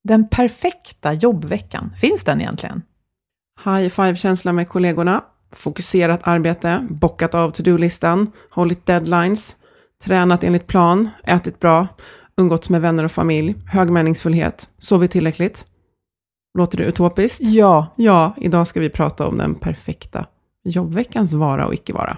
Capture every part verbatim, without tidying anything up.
Den perfekta jobbveckan, finns den egentligen? High five-känsla med kollegorna, fokuserat arbete, bockat av to-do-listan, hållit deadlines, tränat enligt plan, ätit bra, umgåtts med vänner och familj, hög meningsfullhet, sovit tillräckligt. Låter det utopiskt? Ja. Ja, idag ska vi prata om den perfekta jobbveckans vara och icke vara.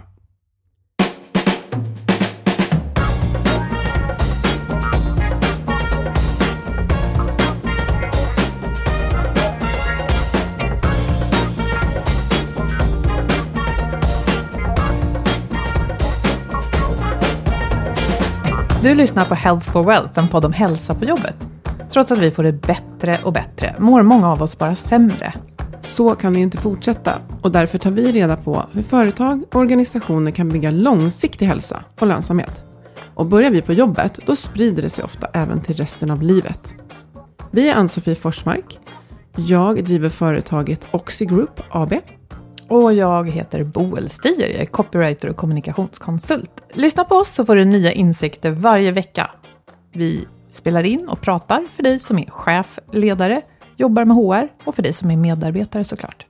Du lyssnar på Health for Wealth, en podd om hälsa på jobbet. Trots att vi får det bättre och bättre, mår många av oss bara sämre. Så kan det ju inte fortsätta, och därför tar vi reda på hur företag och organisationer kan bygga långsiktig hälsa och lönsamhet. Och börjar vi på jobbet, då sprider det sig ofta även till resten av livet. Vi är Ann-Sofie Forsmark. Jag driver företaget Oxy Group A B. Och jag heter Boel Stier, jag är copywriter och kommunikationskonsult. Lyssna på oss så får du nya insikter varje vecka. Vi spelar in och pratar för dig som är chef, ledare, jobbar med H R och för dig som är medarbetare såklart.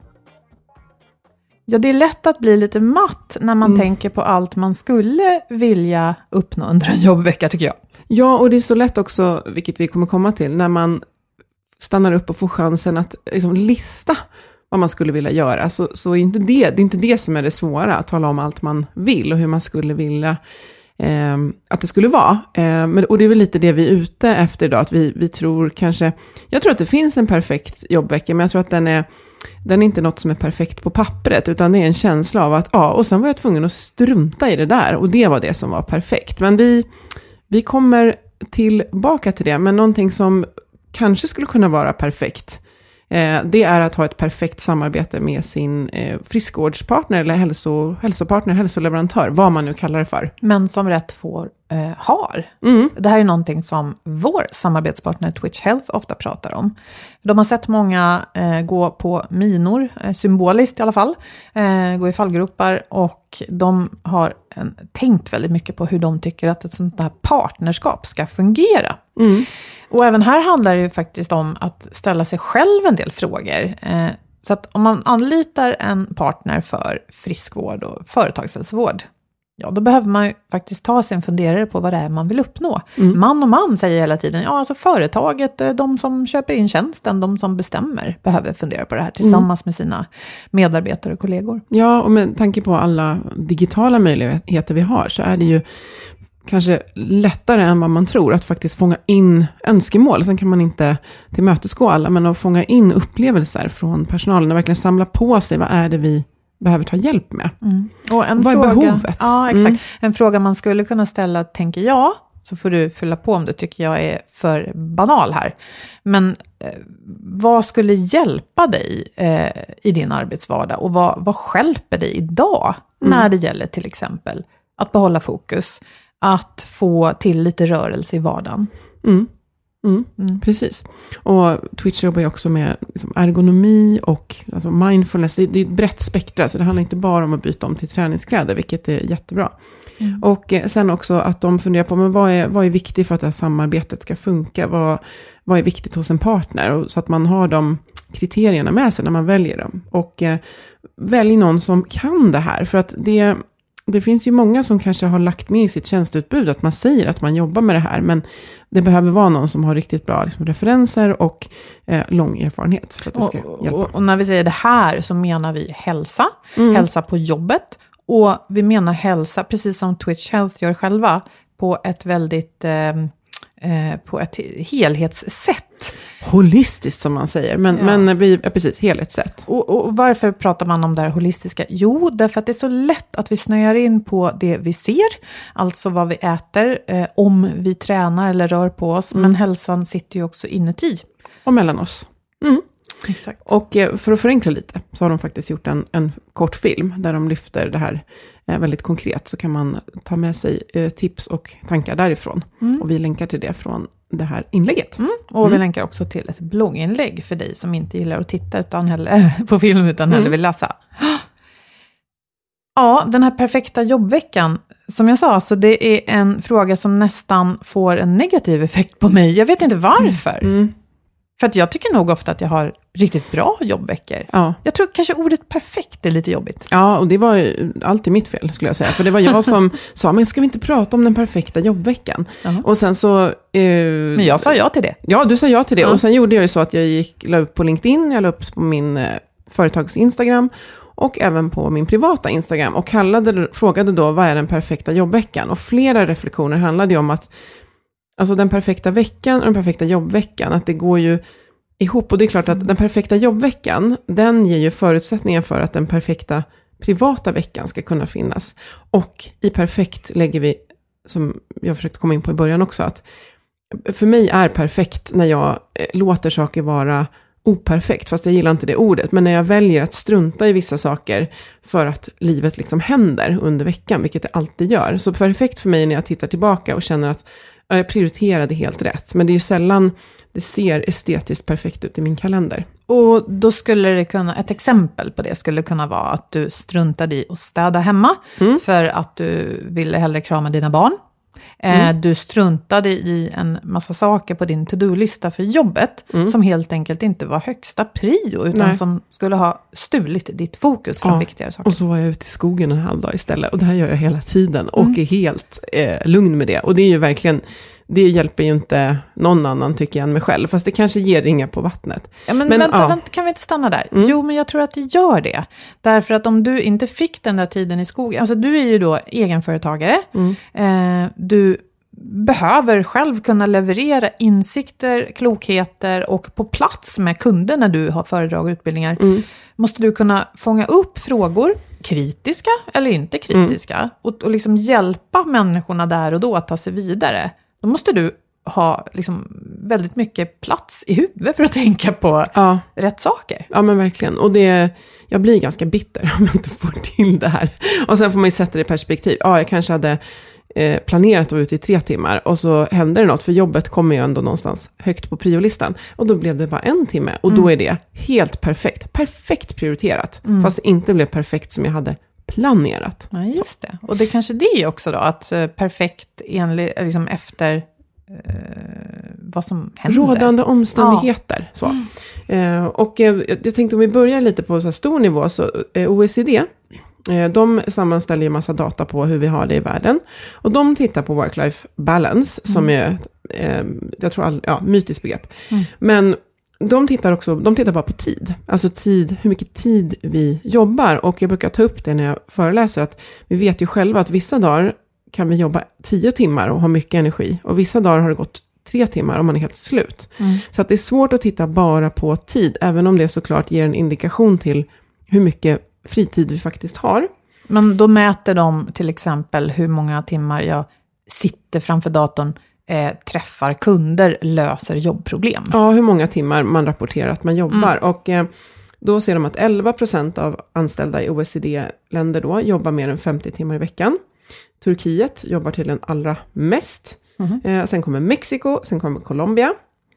Ja, det är lätt att bli lite matt när man mm. tänker på allt man skulle vilja uppnå under en jobbvecka, tycker jag. Ja, och det är så lätt också, vilket vi kommer komma till, när man stannar upp och får chansen att liksom lista vad man skulle vilja göra, så, så är inte det, det är inte det som är det svåra, att tala om allt man vill och hur man skulle vilja eh, att det skulle vara. Eh, men, och det är väl lite det vi är ute efter idag, att vi, vi tror kanske, jag tror att det finns en perfekt jobbvecka, men jag tror att den är, den är inte något som är perfekt på pappret, utan det är en känsla av att, ja, och sen var jag tvungen att strunta i det där, och det var det som var perfekt. Men vi, vi kommer tillbaka till det, men någonting som kanske skulle kunna vara perfekt, Eh, det är att ha ett perfekt samarbete med sin eh, friskvårdspartner eller hälso, hälsopartner, hälsoleverantör, vad man nu kallar det för. Men som rätt får eh, har. Mm. Det här är någonting som vår samarbetspartner Twitch Health ofta pratar om. De har sett många eh, gå på minor, eh, symboliskt i alla fall, eh, gå i fallgropar, och de har en, tänkt väldigt mycket på hur de tycker att ett sånt här partnerskap ska fungera. Mm. Och även här handlar det ju faktiskt om att ställa sig själv en del frågor. Eh, så att om man anlitar en partner för friskvård och företagshälsovård, ja, då behöver man ju faktiskt ta sig en funderare på vad det är man vill uppnå. Mm. Man och man säger hela tiden, ja, alltså företaget, de som köper in tjänsten, de som bestämmer, behöver fundera på det här tillsammans mm. med sina medarbetare och kollegor. Ja, och med tanke på alla digitala möjligheter vi har, så är det ju kanske lättare än vad man tror att faktiskt fånga in önskemål. Sen kan man inte tillmötesgå alla, men att fånga in upplevelser från personalen och verkligen samla på sig, vad är det vi behöver ta hjälp med. Mm. Och en vad fråga, är behovet? Ja, exakt. Mm. En fråga man skulle kunna ställa, tänker jag, så får du fylla på om du tycker jag är för banal här. Men eh, vad skulle hjälpa dig eh, i din arbetsvardag, och vad, vad hjälper dig idag mm. när det gäller till exempel att behålla fokus, att få till lite rörelse i vardagen. Mm. Mm. Mm. Precis. Och Twitch jobbar ju också med liksom ergonomi och alltså mindfulness. Det, det är ett brett spektra, så det handlar inte bara om att byta om till träningskläder, vilket är jättebra. Mm. Och eh, sen också att de funderar på, men vad är, vad är viktigt för att det här samarbetet ska funka? Vad, vad är viktigt hos en partner? Och, så att man har de kriterierna med sig när man väljer dem. Och eh, välj någon som kan det här, för att det Det finns ju många som kanske har lagt med i sitt tjänsteutbud att man säger att man jobbar med det här, men det behöver vara någon som har riktigt bra liksom, referenser och eh, lång erfarenhet för att det ska och, hjälpa. Och, och när vi säger det här så menar vi hälsa, mm. hälsa på jobbet, och vi menar hälsa, precis som Twitch Health gör själva, på ett väldigt eh, eh, på ett helhetssätt. Holistiskt som man säger, men, ja. men vi, ja, precis, helhetssätt. Och, och varför pratar man om det här holistiska? Jo, därför att det är så lätt att vi snöar in på det vi ser, alltså vad vi äter, eh, om vi tränar eller rör på oss, mm. men hälsan sitter ju också inuti. Och mellan oss. Mm. Exakt. Och eh, för att förenkla lite så har de faktiskt gjort en, en kort film där de lyfter det här eh, väldigt konkret, så kan man ta med sig eh, tips och tankar därifrån. Mm. Och vi länkar till det från det här inlägget. Mm. Och mm. vi länkar också till ett blogginlägg för dig som inte gillar att titta utan heller, på film utan hellre mm. vill läsa. Ja, den här perfekta jobbveckan, som jag sa, så det är en fråga som nästan får en negativ effekt på mig. Jag vet inte varför. Mm. För att jag tycker nog ofta att jag har riktigt bra jobbveckor. Ja. Jag tror kanske ordet perfekt är lite jobbigt. Ja, och det var ju alltid mitt fel skulle jag säga. För det var jag som sa, men ska vi inte prata om den perfekta jobbveckan? Uh-huh. Och sen så... Eh, men jag sa ja till det. Ja, du sa ja till det. Uh-huh. Och sen gjorde jag ju så att jag gick, la upp på LinkedIn, jag la upp på min eh, företags Instagram och även på min privata Instagram. Och kallade, frågade då, vad är den perfekta jobbveckan? Och flera reflektioner handlade ju om att alltså den perfekta veckan och den perfekta jobbveckan, att det går ju ihop. Och det är klart att den perfekta jobbveckan, den ger ju förutsättningar för att den perfekta privata veckan ska kunna finnas. Och i perfekt lägger vi, som jag försökte komma in på i början också, att för mig är perfekt när jag låter saker vara operfekt, fast jag gillar inte det ordet, men när jag väljer att strunta i vissa saker för att livet liksom händer under veckan, vilket det alltid gör. Så perfekt för mig när jag tittar tillbaka och känner att jag prioriterade helt rätt. Men det är ju sällan det ser estetiskt perfekt ut i min kalender. Och då skulle det kunna, ett exempel på det skulle kunna vara att du struntade i att städa hemma mm. för att du ville hellre krama dina barn. Mm. Du struntade i en massa saker på din to-do-lista för jobbet mm. som helt enkelt inte var högsta prio utan Nej. Som skulle ha stulit ditt fokus från ja. Viktigare saker. Och så var jag ute i skogen en halv dag istället och det här gör jag hela tiden och mm. är helt eh, lugn med det. Och det är ju verkligen, det hjälper ju inte någon annan tycker jag än mig själv, fast det kanske ger ringar på vattnet. Ja, men, men vänta, ja. vänta, kan vi inte stanna där? Mm. Jo, men jag tror att det gör det. Därför att om du inte fick den där tiden i skogen, alltså du är ju då egenföretagare, mm. eh, du behöver själv kunna leverera insikter, klokheter och på plats med kunder när du har föredrag och utbildningar, mm. måste du kunna fånga upp frågor, kritiska eller inte kritiska, mm. och, och liksom hjälpa människorna där och då att ta sig vidare. Då måste du ha liksom väldigt mycket plats i huvudet för att tänka på ja. Rätt saker. Ja, men verkligen. Och det, jag blir ganska bitter om jag inte får till det här. Och sen får man ju sätta det i perspektiv. Ja, jag kanske hade eh, planerat att vara ute i tre timmar och så händer det något, för jobbet kommer ju ändå någonstans högt på priolistan. Och då blev det bara en timme och mm. då är det helt perfekt. Perfekt prioriterat. Mm. Fast det inte blev perfekt som jag hade planerat. Ja, just det. Och det kanske det är också då, att uh, perfekt enligt, liksom efter uh, vad som händer. Rådande omständigheter. Ja. Så. Mm. Uh, och uh, jag tänkte om vi börjar lite på så här stor nivå, så uh, O E C D, uh, de sammanställer ju massa data på hur vi har det i världen. Och de tittar på work-life balance, mm. som är, uh, jag tror, all, ja, mytiskt begrepp. Mm. Men De tittar också, de tittar bara på tid. Alltså tid, hur mycket tid vi jobbar. Och jag brukar ta upp det när jag föreläser, att vi vet ju själva att vissa dagar kan vi jobba tio timmar och ha mycket energi. Och vissa dagar har det gått tre timmar och man är helt slut. Mm. Så att det är svårt att titta bara på tid, även om det såklart ger en indikation till hur mycket fritid vi faktiskt har. Men då mäter de till exempel hur många timmar jag sitter framför datorn, Eh, träffar kunder, löser jobbproblem. Ja, hur många timmar man rapporterar att man jobbar. Mm. Och eh, då ser de att elva procent av anställda i O E C D-länder då jobbar mer än femtio timmar i veckan. Turkiet jobbar till den allra mest. Mm. Eh, sen kommer Mexiko, sen kommer Colombia.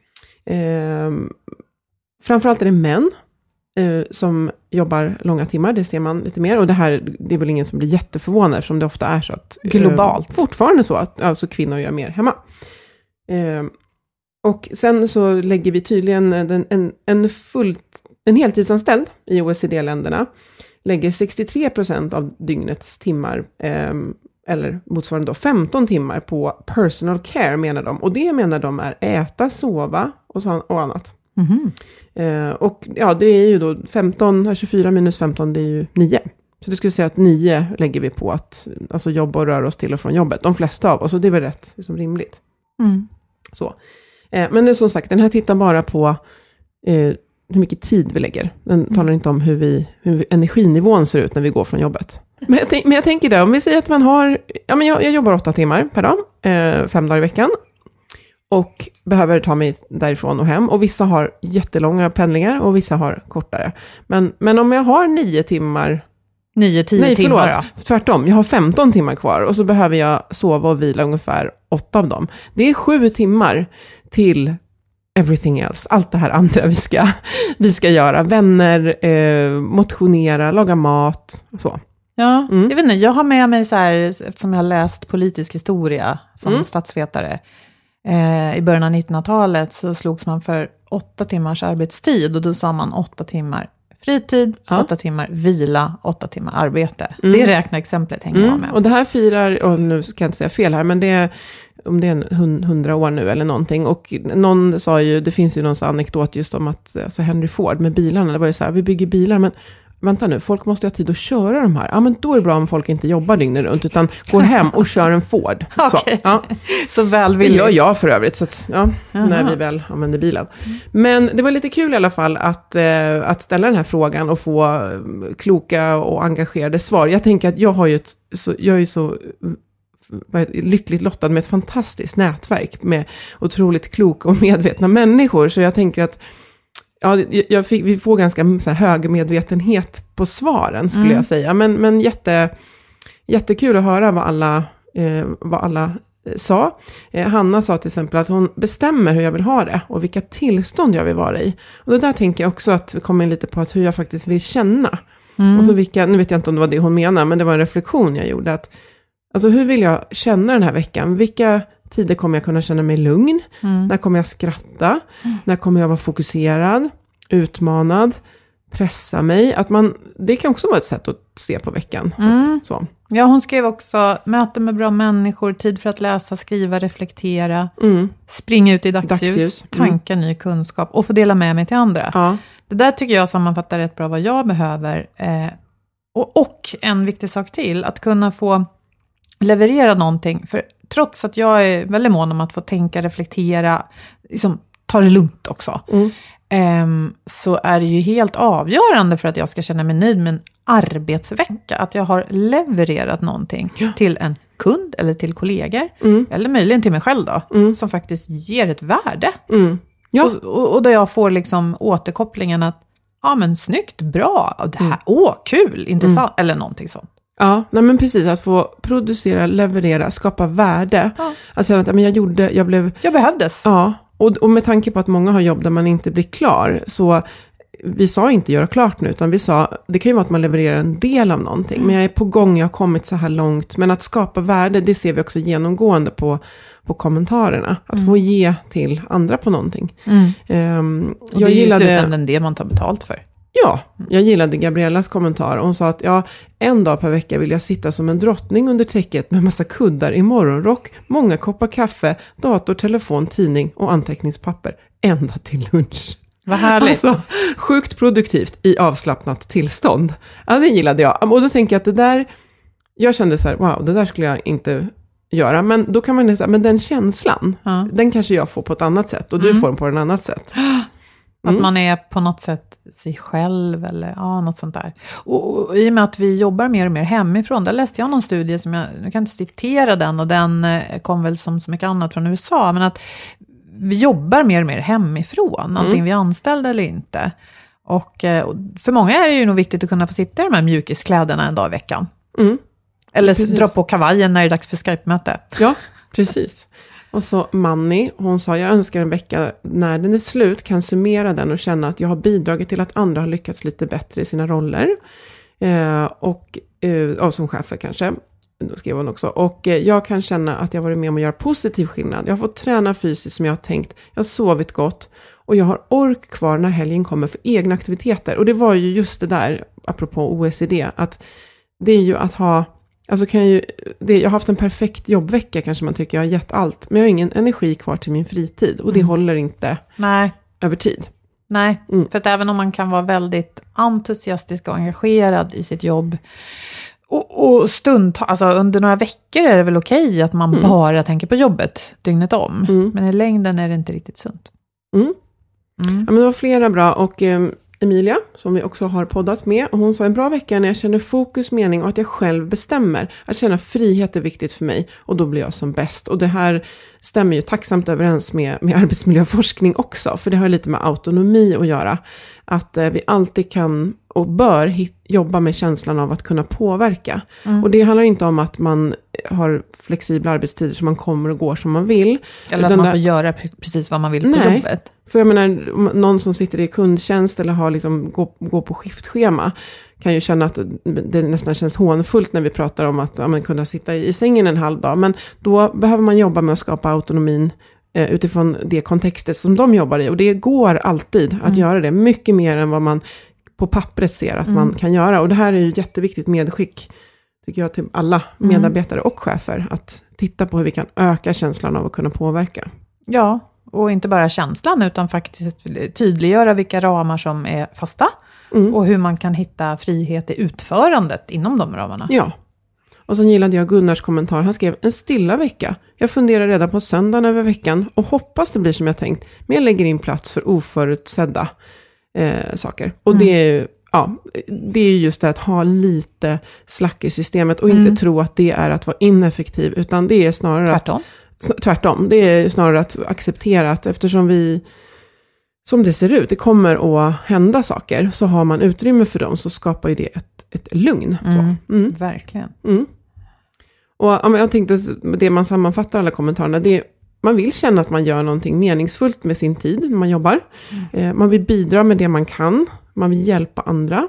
Eh, framförallt är det män eh, som jobbar långa timmar, det ser man lite mer. Och det här, det är väl ingen som blir jätteförvånad, eftersom det ofta är så att globalt eh, fortfarande så att alltså kvinnor gör mer hemma. Eh, och sen så lägger vi tydligen en, en, en, fullt, en heltidsanställd i O E C D-länderna lägger sextiotre procent av dygnets timmar, eh, eller motsvarande då femton timmar på personal care, menar de. Och det menar de är äta, sova och, så, och annat. Mm-hmm. Eh, och ja, det är ju då femton, tjugofyra minus femton, det är ju nio. Så det skulle säga att nio lägger vi på att alltså jobba och röra oss till och från jobbet. De flesta av oss, och det är väl rätt liksom rimligt. Mm. Så. Eh, men det är som sagt, den här tittar bara på eh, hur mycket tid vi lägger. Den mm. talar inte om hur, vi, hur energinivån ser ut när vi går från jobbet. Men jag, tänk, men jag tänker det, om vi säger att man har, ja men jag, jag jobbar åtta timmar per dag, eh, fem dagar i veckan. Och behöver ta mig därifrån och hem. Och vissa har jättelånga pendlingar och vissa har kortare. Men, men om jag har nio timmar... Nio, tio nej, timmar förlåt, då? Tvärtom, jag har femton timmar kvar. Och så behöver jag sova och vila ungefär åtta av dem. Det är sju timmar till everything else. Allt det här andra vi ska, vi ska göra. Vänner, eh, motionera, laga mat och så. Ja, mm. jag vet inte. Jag har med mig så här, eftersom jag har läst politisk historia som mm. statsvetare. Eh, I början av nittonhundratalet så slogs man för åtta timmars arbetstid och då sa man åtta timmar fritid, ja. åtta timmar vila, åtta timmar arbete. Mm. Det räkneexemplet hänger mm. jag med. Och det här firar, och nu kan jag inte säga fel här, men det är om det är en hundra år nu eller någonting. Och någon sa ju, det finns ju någon anekdot just om att alltså Henry Ford med bilarna, det var ju så här, vi bygger bilar, men vänta nu, folk måste ha tid att köra de här. Ja, men då är det bra om folk inte jobbar dygnet runt, utan går hem och kör en Ford. Så, okay. ja. så välvilligt. Det gör jag för övrigt, så att, ja, när vi väl använder bilen. Men det var lite kul i alla fall att, eh, att ställa den här frågan och få kloka och engagerade svar. Jag tänker att jag har ju ett, så, jag är ju så lyckligt lottad med ett fantastiskt nätverk med otroligt kloka och medvetna människor, så jag tänker att ja, jag fick, vi får ganska så här, hög medvetenhet på svaren skulle mm. jag säga. Men, men jätte, jättekul att höra vad alla, eh, vad alla eh, sa. Eh, Hanna sa till exempel att hon bestämmer hur jag vill ha det och vilka tillstånd jag vill vara i. Och det där tänker jag också att vi kommer in lite på att hur jag faktiskt vill känna. Mm. Och så vilka, nu vet jag inte om det var det hon menar, men det var en reflektion jag gjorde. Att, alltså hur vill jag känna den här veckan? Vilka tider kommer jag kunna känna mig lugn? Mm. När kommer jag skratta? Mm. När kommer jag vara fokuserad? Utmanad? Pressa mig? Att man, det kan också vara ett sätt att se på veckan. Mm. Att, så. Ja, hon skrev också möte med bra människor, tid för att läsa, skriva, reflektera, mm. springa ut i dagsljus, dagsljus. Mm. tanka ny kunskap och få dela med mig till andra. Ja. Det där tycker jag sammanfattar rätt bra vad jag behöver. Eh, och, och en viktig sak till, att kunna få leverera någonting. För trots att jag är väldigt mån om att få tänka, reflektera, liksom, ta det lugnt också. Mm. Um, så är det ju helt avgörande för att jag ska känna mig nöjd med en arbetsvecka. Att jag har levererat någonting ja. till en kund eller till kollegor. Mm. Eller möjligen till mig själv då. Mm. Som faktiskt ger ett värde. Mm. Ja. Och, och, och där jag får liksom återkopplingen att ja men snyggt, bra. Det här, mm. åh kul, intressant. Mm. Eller någonting sånt. Ja, nej men precis, att få producera, leverera, skapa värde. Ja. Alltså att men jag gjorde, jag blev... Jag behövdes. Ja, och, och med tanke på att många har jobb där man inte blir klar, så vi sa inte göra klart nu, utan vi sa, det kan ju vara att man levererar en del av någonting, mm. men jag är på gång, jag har kommit så här långt. Men att skapa värde, det ser vi också genomgående på, på kommentarerna. Att mm. få ge till andra på någonting. Mm. Um, och det jag är ju gillade... i slutändan det man tar betalt för. Ja, jag gillade Gabriellas kommentar. Hon sa att ja, en dag per vecka vill jag sitta som en drottning under täcket med massa kuddar i morgonrock, många koppar kaffe, dator, telefon, tidning och anteckningspapper ända till lunch. Vad härligt. Alltså, sjukt produktivt i avslappnat tillstånd. Ja, det gillade jag. Och då tänker jag att det där, jag kände så här, wow, det där skulle jag inte göra. Men då kan man säga, men den känslan, ja. den kanske jag får på ett annat sätt och du mm. får den på ett annat sätt. Att mm. man är på något sätt sig själv eller ja, något sånt där. Och, och i och med att vi jobbar mer och mer hemifrån, där läste jag någon studie som jag, jag kan inte citera den och den kom väl som så mycket annat från U S A, men att vi jobbar mer och mer hemifrån, mm. antingen vi är anställda eller inte. Och, och för många är det ju nog viktigt att kunna få sitta i de här mjukiskläderna en dag i veckan. Mm. Eller precis. Dra på kavajen när det är dags för Skype-möte. Ja, precis. Och så Manny, hon sa, jag önskar en vecka när den är slut kan summera den och känna att jag har bidragit till att andra har lyckats lite bättre i sina roller. Eh, och eh, som chefer kanske, då skrev hon också. Och eh, jag kan känna att jag varit med om att göra positiv skillnad. Jag har fått träna fysiskt som jag har tänkt. Jag har sovit gott och jag har ork kvar när helgen kommer för egna aktiviteter. Och det var ju just det där, apropå O E C D, att det är ju att ha... Alltså kan jag, ju, det, jag har haft en perfekt jobbvecka kanske man tycker jag har gett allt. Men jag har ingen energi kvar till min fritid. Och det mm. håller inte Nej. över tid. Nej, mm. för att även om man kan vara väldigt entusiastisk och engagerad i sitt jobb. Och, och stund, alltså under några veckor är det väl okej att man mm. bara tänker på jobbet dygnet om. Mm. Men i längden är det inte riktigt sunt. Mm. Mm. Ja, men det var flera bra och... Um, Emilia, som vi också har poddat med, och hon sa en bra vecka när jag känner fokus, mening och att jag själv bestämmer. Att känna frihet är viktigt för mig och då blir jag som bäst. Och det här stämmer ju tacksamt överens med, med arbetsmiljöforskning också, för det har lite med autonomi att göra. Att eh, vi alltid kan och bör hit, jobba med känslan av att kunna påverka. Mm. Och det handlar inte om att man har flexibla arbetstider så man kommer och går som man vill. Eller att man där... får göra precis vad man vill på Nej. jobbet. För jag menar, någon som sitter i kundtjänst eller har liksom, går, går på skiftschema kan ju känna att det nästan känns hånfullt när vi pratar om att ja, man kunna sitta i sängen en halv dag. Men då behöver man jobba med att skapa autonomin eh, utifrån det kontextet som de jobbar i. Och det går alltid att mm. göra det. Mycket mer än vad man på pappret ser att mm. man kan göra. Och det här är ju jätteviktigt medskick, tycker jag, till alla medarbetare mm. och chefer. Att titta på hur vi kan öka känslan av att kunna påverka. Ja, och inte bara känslan utan faktiskt tydliggöra vilka ramar som är fasta. Mm. Och hur man kan hitta frihet i utförandet inom de ramarna. Ja. Och så gillade jag Gunnars kommentar. Han skrev: en stilla vecka. Jag funderar redan på söndagen över veckan och hoppas det blir som jag tänkt. Men jag lägger in plats för oförutsedda eh, saker. Och mm. det är ja, det är just det att ha lite slack i systemet och inte mm. tro att det är att vara ineffektiv, utan det är snarare tvärtom. att tvärtom. Det är snarare att acceptera att eftersom vi, som det ser ut, det kommer att hända saker, så har man utrymme för dem, så skapar ju det ett, ett lugn. Mm. Så. Mm. Verkligen. Mm. Och jag tänkte, det man sammanfattar alla kommentarerna, det är, man vill känna att man gör någonting meningsfullt med sin tid när man jobbar. Mm. Man vill bidra med det man kan. Man vill hjälpa andra.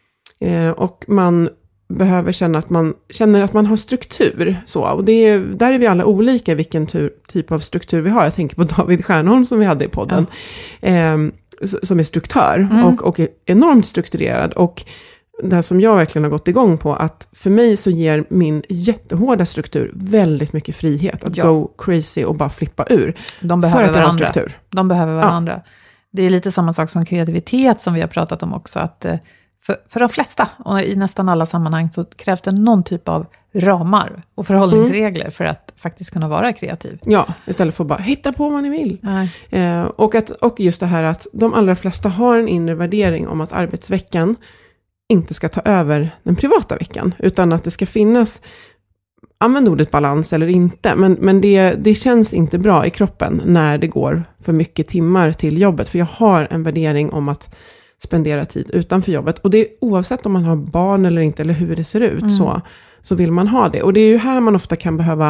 Och man behöver känna att man känner att man har struktur. Så. Och det är, där är vi alla olika vilken tur, typ av struktur vi har. Jag tänker på David Stjernholm som vi hade i podden. Ja. Eh, som är struktör mm. och, och är enormt strukturerad. Och det här som jag verkligen har gått igång på, att för mig så ger min jättehårda struktur väldigt mycket frihet. Att ja. go crazy och bara flippa ur. De behöver för att varandra. Struktur. De behöver varandra. Ja. Det är lite samma sak som kreativitet som vi har pratat om också. Att för, för de flesta, och i nästan alla sammanhang, så krävs det någon typ av ramar och förhållningsregler mm. för att faktiskt kunna vara kreativ. Ja, istället för att bara hitta på vad ni vill. Eh, och, att, och just det här att de allra flesta har en inre värdering om att arbetsveckan inte ska ta över den privata veckan, utan att det ska finnas, använd ordet balans eller inte, men, men det, det känns inte bra i kroppen när det går för mycket timmar till jobbet, för jag har en värdering om att spendera tid utanför jobbet, och det är oavsett om man har barn eller inte, eller hur det ser ut, mm. så, så vill man ha det, och det är ju här man ofta kan behöva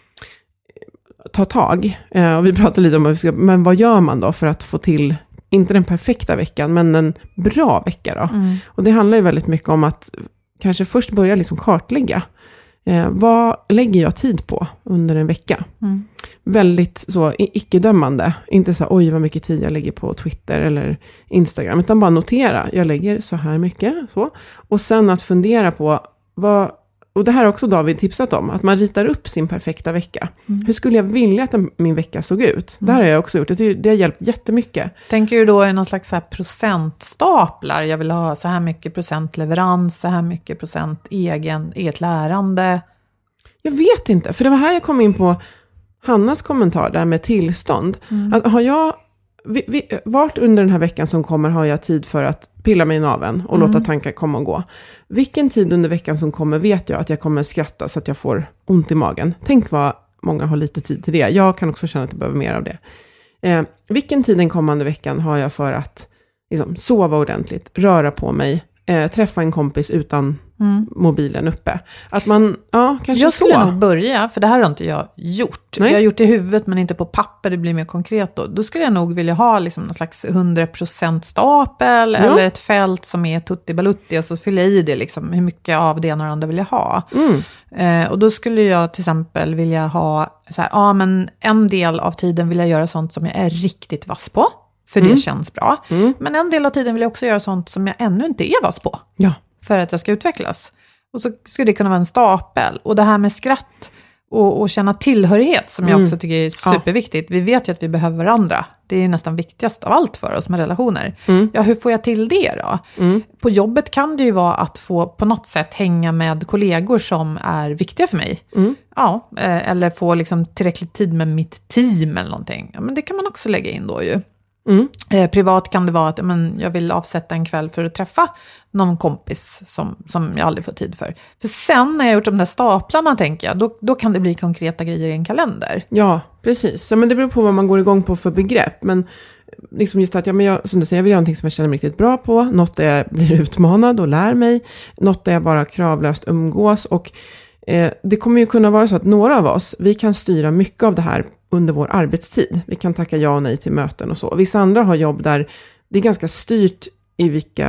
ta tag, eh, och vi pratar lite om att vi ska, men vad gör man då för att få till inte den perfekta veckan, men en bra vecka då. Mm. Och det handlar ju väldigt mycket om att kanske först börja liksom kartlägga. Eh, vad lägger jag tid på under en vecka? Mm. Väldigt så icke-dömande. Inte så oj vad mycket tid jag lägger på Twitter eller Instagram. Utan bara notera, jag lägger så här mycket. Så. Och sen att fundera på vad, och det här har också David tipsat om, att man ritar upp sin perfekta vecka. Mm. Hur skulle jag vilja att min vecka såg ut? Mm. Det här har jag också gjort. Det, det har hjälpt jättemycket. Tänker du då i någon slags så här procentstaplar? Jag vill ha så här mycket procent leverans, så här mycket procent egen, eget lärande. Jag vet inte, för det var här jag kom in på Hannas kommentar där med tillstånd. Mm. Att har jag, vi, vi, vart under den här veckan som kommer har jag tid för att pilla mig i naveln och mm. låta tankar komma och gå. Vilken tid under veckan som kommer vet jag att jag kommer skratta så att jag får ont i magen. Tänk vad många har lite tid till det. Jag kan också känna att jag behöver mer av det. Eh, vilken tid den kommande veckan har jag för att liksom, sova ordentligt, röra på mig, eh, träffa en kompis utan mm. mobilen uppe. Att man, ja, kanske jag skulle så. nog börja, för det här har inte jag gjort. Nej. Jag har gjort det i huvudet men inte på papper, det blir mer konkret då. Då skulle jag nog vilja ha liksom någon slags hundra procent stapel ja. eller ett fält som är tutti-balutti och så fyller jag i det liksom, hur mycket av det ena och andra vill jag ha. Mm. Eh, och då skulle jag till exempel vilja ha så här, ja men en del av tiden vill jag göra sånt som jag är riktigt vass på. För mm. det känns bra. Mm. Men en del av tiden vill jag också göra sånt som jag ännu inte är vass på. Ja. För att jag ska utvecklas. Och så skulle det kunna vara en stapel. Och det här med skratt och, och känna tillhörighet som jag också tycker är superviktigt. Ja. Vi vet ju att vi behöver varandra. Det är nästan viktigast av allt för oss med relationer. Mm. Ja, hur får jag till det då? Mm. På jobbet kan det ju vara att få på något sätt hänga med kollegor som är viktiga för mig. Mm. Ja, eller få liksom tillräckligt tid med mitt team eller någonting. Ja, men det kan man också lägga in då ju. Mm. Eh, privat kan det vara att men, jag vill avsätta en kväll för att träffa någon kompis som, som jag aldrig får tid för. För sen när jag gjort de där staplarna tänker jag, då, då kan det bli konkreta grejer i en kalender. Ja, precis. Ja, men det beror på vad man går igång på för begrepp. Men liksom just att ja, men jag, som du säger, jag vill göra någonting som jag känner mig riktigt bra på. Något där jag blir utmanad och lär mig. Något där jag bara kravlöst umgås. Och eh, det kommer ju kunna vara så att några av oss, vi kan styra mycket av det här under vår arbetstid. Vi kan tacka ja och nej till möten och så. Vissa andra har jobb där det är ganska styrt i vilka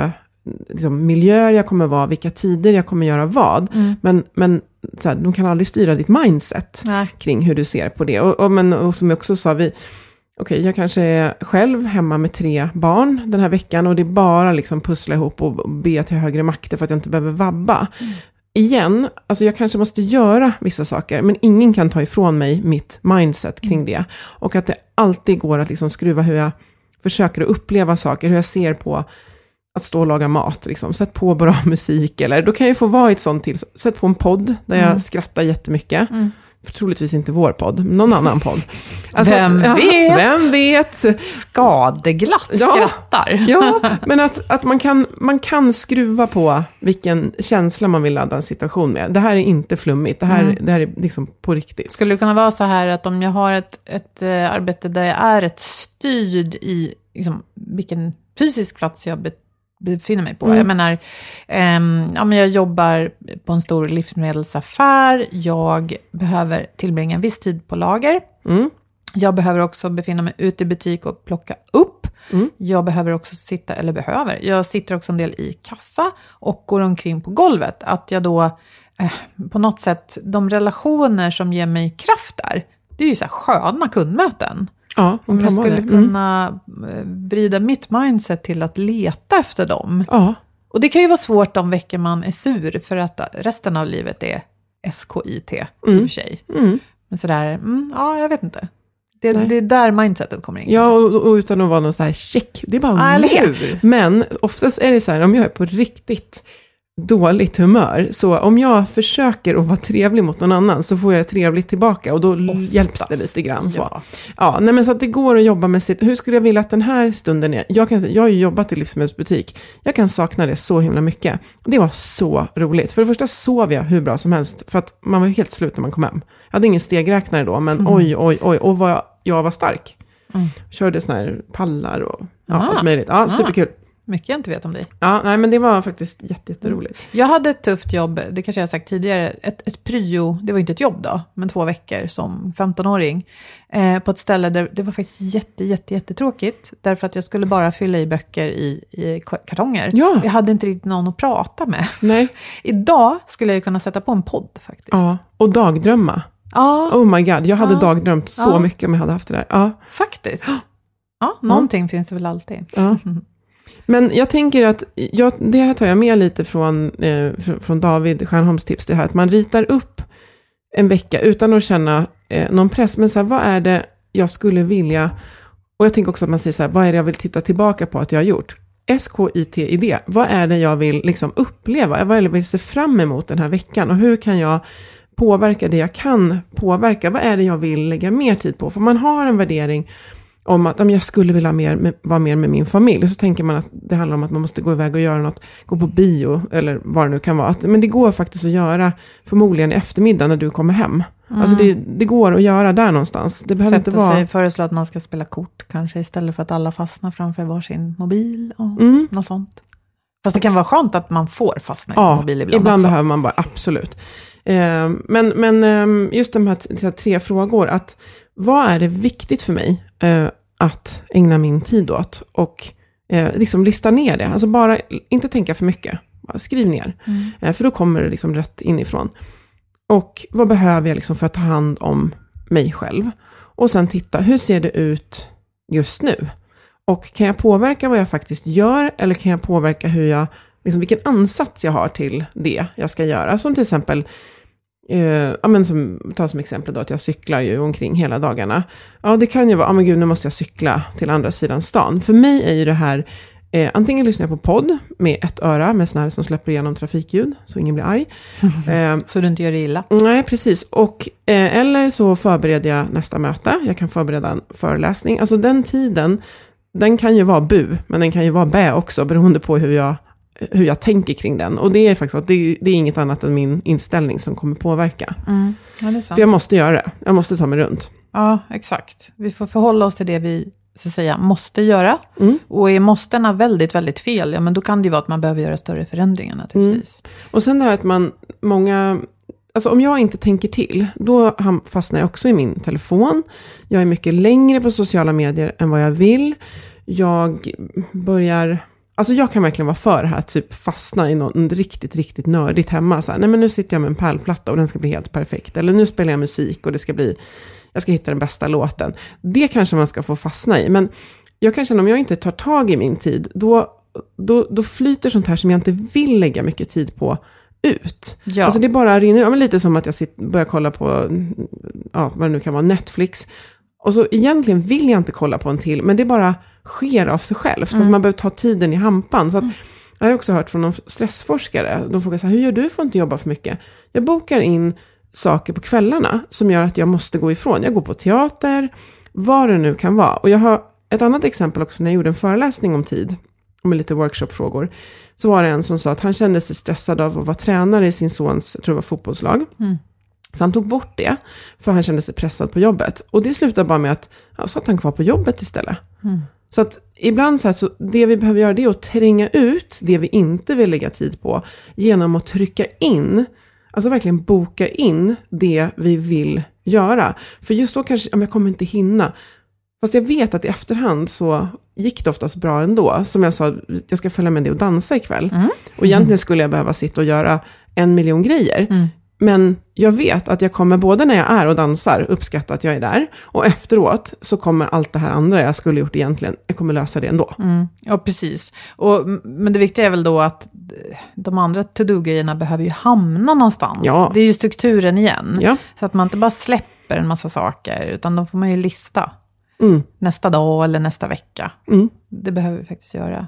liksom, miljöer jag kommer vara, vilka tider jag kommer göra vad. Mm. Men, men så här, de kan aldrig styra ditt mindset Nej. Kring hur du ser på det. Och, och, men, och som jag också sa, vi, okej, okay, jag kanske är själv hemma med tre barn den här veckan och det är bara liksom pussla ihop och be till högre makter för att jag inte behöver vabba. Mm. Igen, alltså jag kanske måste göra vissa saker, men ingen kan ta ifrån mig mitt mindset kring mm. det. Och att det alltid går att liksom skruva hur jag försöker att uppleva saker, hur jag ser på att stå och laga mat. Liksom. Sätt på bra musik, eller då kan jag få vara i ett sånt till. Sätt på en podd där mm. jag skrattar jättemycket. Mm. För troligtvis inte vår podd, någon annan podd. Alltså, vem ja, vet? Vem vet? Skadeglatt ja, skrattar. Ja, men att, att man, kan, man kan skruva på vilken känsla man vill ladda en situation med. Det här är inte flummigt, det här, mm. det här är liksom på riktigt. Skulle det kunna vara så här att om jag har ett, ett uh, arbete där jag är ett styrd i liksom, vilken fysisk plats jag befinner befinner mig på. Mm. Jag menar, um, ja, men jag jobbar på en stor livsmedelsaffär. Jag behöver tillbringa en viss tid på lager. Mm. Jag behöver också befinna mig ute i butik och plocka upp. Mm. Jag behöver också sitta, eller behöver, jag sitter också en del i kassa och går omkring på golvet. Att jag då eh, på något sätt, de relationer som ger mig kraft där, det är ju så här sköna kundmöten. Ja, om jag skulle mm. kunna vrida mitt mindset till att leta efter dem. Ja. Och det kan ju vara svårt de veckor man är sur för att resten av livet är S K I T mm. i och för sig. Mm. Men sådär, mm, ja jag vet inte. Det, det är där mindsetet kommer in. Ja, och, och utan att vara någon så här check. Det är bara ah, med. Men oftast är det så här, om jag är på riktigt dåligt humör, så om jag försöker att vara trevlig mot någon annan så får jag trevligt tillbaka och då oftast hjälps det lite grann. Så. Ja. Ja, nej, men så att det går att jobba med sitt, hur skulle jag vilja att den här stunden är? Jag, kan, jag har ju jobbat i livsmedelsbutik. Jag kan sakna det så himla mycket. Det var så roligt. För det första sov jag hur bra som helst för att man var helt slut när man kom hem. Jag hade ingen stegräknare då, men mm. oj, oj, oj, och vad jag var stark. Mm. Körde såna här pallar och ja, ah. allt möjligt. Ja, superkul. Mycket jag inte vet om dig. Ja, nej, men det var faktiskt jätte, jätteroligt. Jag hade ett tufft jobb, det kanske jag har sagt tidigare, ett, ett pryo, det var inte ett jobb då, men två veckor som femtonåring. Eh, på ett ställe där det var faktiskt jätte, jätte, jättetråkigt. Därför att jag skulle bara fylla i böcker i, i kartonger. Ja. Jag hade inte riktigt någon att prata med. Nej. Idag skulle jag kunna sätta på en podd faktiskt. Ja, och dagdrömma. Ja. Oh my god, jag hade ja. dagdrömt så ja. mycket om jag hade haft det där. Ja. Faktiskt. Ja, någonting ja. finns det väl alltid. Ja. Men jag tänker att, jag, det här tar jag med lite från, eh, från David Stjärnholms tips, det här att man ritar upp en vecka utan att känna eh, någon press. Men så här, vad är det jag skulle vilja, och jag tänker också att man säger så här, vad är det jag vill titta tillbaka på att jag har gjort? S K I T-idé, vad är det jag vill liksom uppleva? Vad är det jag vill se fram emot den här veckan? Och hur kan jag påverka det jag kan påverka? Vad är det jag vill lägga mer tid på? För man har en värdering om att om jag skulle vilja mer med, vara mer med min familj. Så tänker man att det handlar om att man måste gå iväg och göra något. Gå på bio eller vad det nu kan vara. Att, men det går faktiskt att göra förmodligen i eftermiddag när du kommer hem. Mm. Alltså det, det går att göra där någonstans. Det behöver Sätta inte vara... sig, föreslå att man ska spela kort kanske istället för att alla fastnar framför varsin mobil och mm. något sånt. Fast det kan vara skönt att man får fastna i ja, sin mobil ibland ibland också. behöver man bara, absolut. Eh, men, men eh, just de här, de här tre frågor. Att vad är det viktigt för mig eh, att ägna min tid åt och eh, liksom lista ner det. Alltså bara inte tänka för mycket. Bara skriv ner. Mm. Eh, för då kommer det liksom rätt inifrån. Och vad behöver jag liksom för att ta hand om mig själv? Och sen titta, hur ser det ut just nu? Och kan jag påverka vad jag faktiskt gör? Eller kan jag påverka hur jag, liksom vilken ansats jag har till det jag ska göra? Som till exempel... Uh, ja, men som, ta som exempel då att jag cyklar ju omkring hela dagarna. Ja, det kan ju vara, ja men gud, nu måste jag cykla till andra sidan stan. För mig är ju det här, eh, antingen lyssnar jag på podd med ett öra med sån här som släpper igenom trafikljud så ingen blir arg. uh, så du inte gör det illa. Nej, precis. Och, eh, eller så förbereder jag nästa möte. Jag kan förbereda en föreläsning. Alltså den tiden, den kan ju vara bu, men den kan ju vara bä också beroende på hur jag hur jag tänker kring den. Och det är faktiskt att det, det är inget annat än min inställning som kommer påverka. Mm. Ja, det är sant. För jag måste göra det. Jag måste ta mig runt. Ja, exakt. Vi får förhålla oss till det vi så att säga måste göra. Mm. Och är måstena väldigt, väldigt fel, ja men då kan det ju vara att man behöver göra större förändringar naturligtvis. Mm. Och sen det här att man, många... Alltså om jag inte tänker till, då fastnar jag också i min telefon. Jag är mycket längre på sociala medier än vad jag vill. Jag börjar... Alltså jag kan verkligen vara för det här, typ fastna i något riktigt, riktigt nördigt hemma. Så här, nej men nu sitter jag med en pärlplatta och den ska bli helt perfekt. Eller nu spelar jag musik och det ska bli, jag ska hitta den bästa låten. Det kanske man ska få fastna i. Men jag kan känna, om jag inte tar tag i min tid, då, då, då flyter sånt här som jag inte vill lägga mycket tid på ut. Ja. Alltså det bara rinner, ja, men lite som att jag sitter, börjar kolla på, ja, vad det nu kan vara, Netflix. Och så egentligen vill jag inte kolla på en till, men det bara sker av sig självt. Mm. Att man behöver ta tiden i hampan. Så att, mm. jag har också hört från någon stressforskare, de frågar så här, hur gör du för att inte jobba för mycket? Jag bokar in saker på kvällarna som gör att jag måste gå ifrån. Jag går på teater, vad det nu kan vara. Och jag har ett annat exempel också när jag gjorde en föreläsning om tid, med lite workshopfrågor. Så var det en som sa att han kände sig stressad av att vara tränare i sin sons, jag tror det var fotbollslag. Mm. Så han tog bort det, för han kände sig pressad på jobbet. Och det slutade bara med att ja, satt han kvar på jobbet istället. Mm. Så att ibland så här, så det vi behöver göra det är att tränga ut det vi inte vill lägga tid på genom att trycka in, alltså verkligen boka in det vi vill göra. För just då kanske, om jag kommer inte hinna. Fast jag vet att i efterhand så gick det oftast bra ändå. Som jag sa, jag ska följa med dig och dansa ikväll. Mm. Och egentligen skulle jag behöva sitta och göra en miljon grejer. Mm. Men jag vet att jag kommer både när jag är och dansar uppskatta att jag är där. Och efteråt så kommer allt det här andra jag skulle gjort egentligen, jag kommer lösa det ändå. Mm. Ja, precis. Och, men det viktiga är väl då att de andra to-do-grejerna behöver ju hamna någonstans. Ja. Det är ju strukturen igen. Ja. Så att man inte bara släpper en massa saker, utan de får man ju lista. Mm. Nästa dag eller nästa vecka. Mm. Det behöver vi faktiskt göra.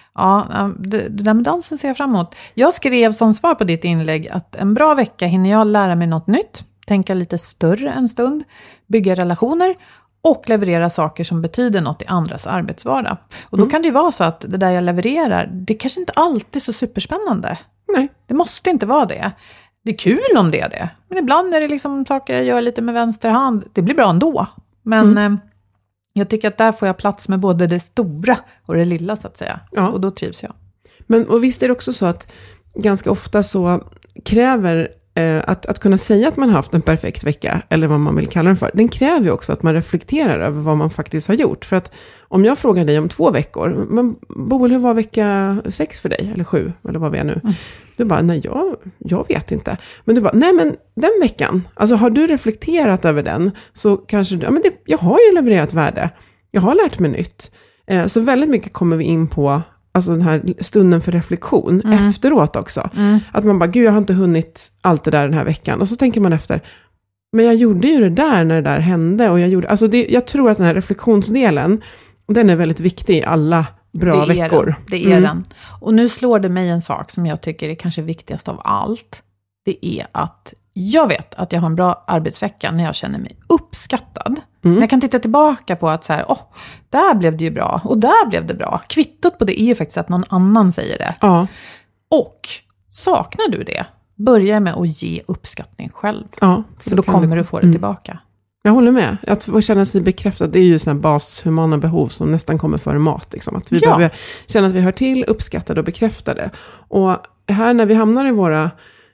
Ja, det, det där med dansen ser jag fram emot. Jag skrev som svar på ditt inlägg att en bra vecka hinner jag lära mig något nytt, tänka lite större en stund, bygga relationer och leverera saker som betyder något i andras arbetsvardag. Och då mm. kan det ju vara så att det där jag levererar, det kanske inte alltid är så superspännande. Nej. Det måste inte vara det. Det är kul om det är det. Men ibland är det liksom saker jag gör lite med vänster hand. Det blir bra ändå. Men... Mm. Jag tycker att där får jag plats med både det stora och det lilla så att säga. Ja. Och då trivs jag. Men och visst är det också så att ganska ofta så kräver eh, att, att kunna säga att man har haft en perfekt vecka, eller vad man vill kalla den för. Den kräver ju också att man reflekterar över vad man faktiskt har gjort. För att om jag frågar dig om två veckor, men Boel, hur var vecka sex för dig? Eller sju, eller vad vi är nu? Mm. Du bara, nej jag, jag vet inte. Men du bara, nej men den veckan, alltså har du reflekterat över den så kanske du, ja men det, jag har ju levererat värde. Jag har lärt mig nytt. Eh, så väldigt mycket kommer vi in på, alltså den här stunden för reflektion mm. efteråt också. Mm. Att man bara, gud jag har inte hunnit allt det där den här veckan. Och så tänker man efter, men jag gjorde ju det där när det där hände. Och jag gjorde, alltså det, jag tror att den här reflektionsdelen, den är väldigt viktig i alla bra det veckor. Den. Det är mm. den. Och nu slår det mig en sak som jag tycker är kanske viktigast av allt. Det är att jag vet att jag har en bra arbetsvecka när jag känner mig uppskattad. Mm. När jag kan titta tillbaka på att så här, åh, där blev det ju bra och där blev det bra. Kvittot på det är ju faktiskt att någon annan säger det. Ja. Och saknar du det, börja med att ge uppskattning själv. Ja, för, för då, då kommer vi... du få det mm. tillbaka. Jag håller med. Att få känna sig bekräftad, det är ju sådana bashumana behov som nästan kommer före mat. Liksom. Att vi ja. behöver känna att vi hör till, uppskattade och bekräftade. Och här när vi hamnar i våra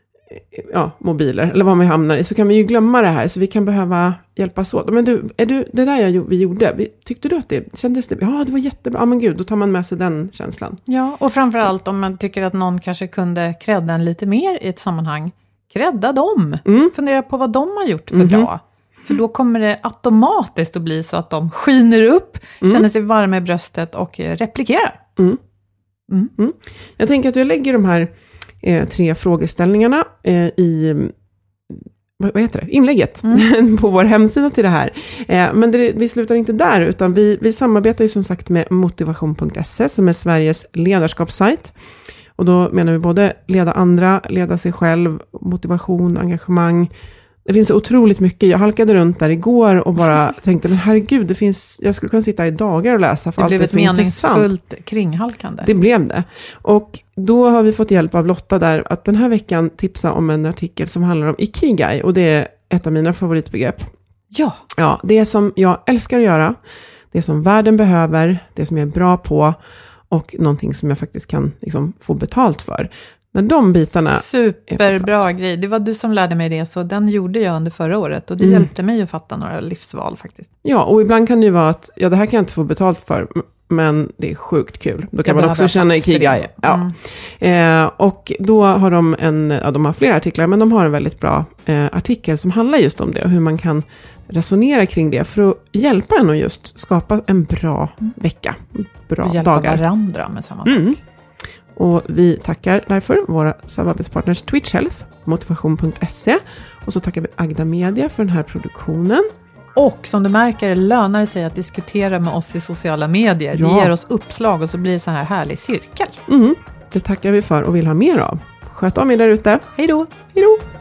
ja, mobiler, eller vad vi hamnar i, så kan vi ju glömma det här. Så vi kan behöva hjälpas åt. Men du, är du det där jag, vi gjorde, vi, tyckte du att det kändes det? Ja, det var jättebra. Ja, men gud, då tar man med sig den känslan. Ja, och framförallt om man tycker att någon kanske kunde credda en lite mer i ett sammanhang. Credda dem. Mm. Fundera på vad de har gjort för mm-hmm. bra. För då kommer det automatiskt att bli så att de skiner upp, mm. känner sig varma i bröstet och replikerar. Mm. Mm. Mm. Jag tänker att jag lägger de här eh, tre frågeställningarna eh, i vad, vad heter det? inlägget mm. på vår hemsida till det här. Eh, men det, vi slutar inte där, utan vi, vi samarbetar ju som sagt med motivation punkt se som är Sveriges ledarskapssajt. Och då menar vi både leda andra, leda sig själv, motivation, engagemang. Det finns så otroligt mycket. Jag halkade runt där igår och bara tänkte, men herregud, det finns, jag skulle kunna sitta i dagar och läsa för det allt blev är så intressant. Det blev ett meningsfullt kringhalkande. Det blev det. Och då har vi fått hjälp av Lotta där att den här veckan tipsa om en artikel som handlar om Ikigai. Och det är ett av mina favoritbegrepp. Ja. Ja, det som jag älskar att göra. Det som världen behöver. Det som jag är bra på. Och någonting som jag faktiskt kan liksom få betalt för. När de bitarna superbra grej. Det var du som lärde mig det, så den gjorde jag under förra året. Och det mm. hjälpte mig att fatta några livsval faktiskt. Ja, och ibland kan det ju vara att ja, det här kan jag inte få betalt för. men det är sjukt kul. Då kan Jag man också känna Ikigai. Ja. Mm. Eh, och då har de en, ja, de har flera artiklar, men de har en väldigt bra eh, artikel som handlar just om det och hur man kan resonera kring det för att hjälpa en att just skapa en bra mm. vecka, bra och hjälpa dagar. varandra med samma sak. Mm. Och vi tackar därför våra samarbetspartners Twitch Health, motivation punkt se, och så tackar vi Agda Media för den här produktionen. Och som du märker lönar det sig att diskutera med oss i sociala medier. Ja. Det ger oss uppslag och så blir det så här härlig cirkel. Mm. Det tackar vi för och vill ha mer av. Sköt om er där ute. Hej då! Hej då!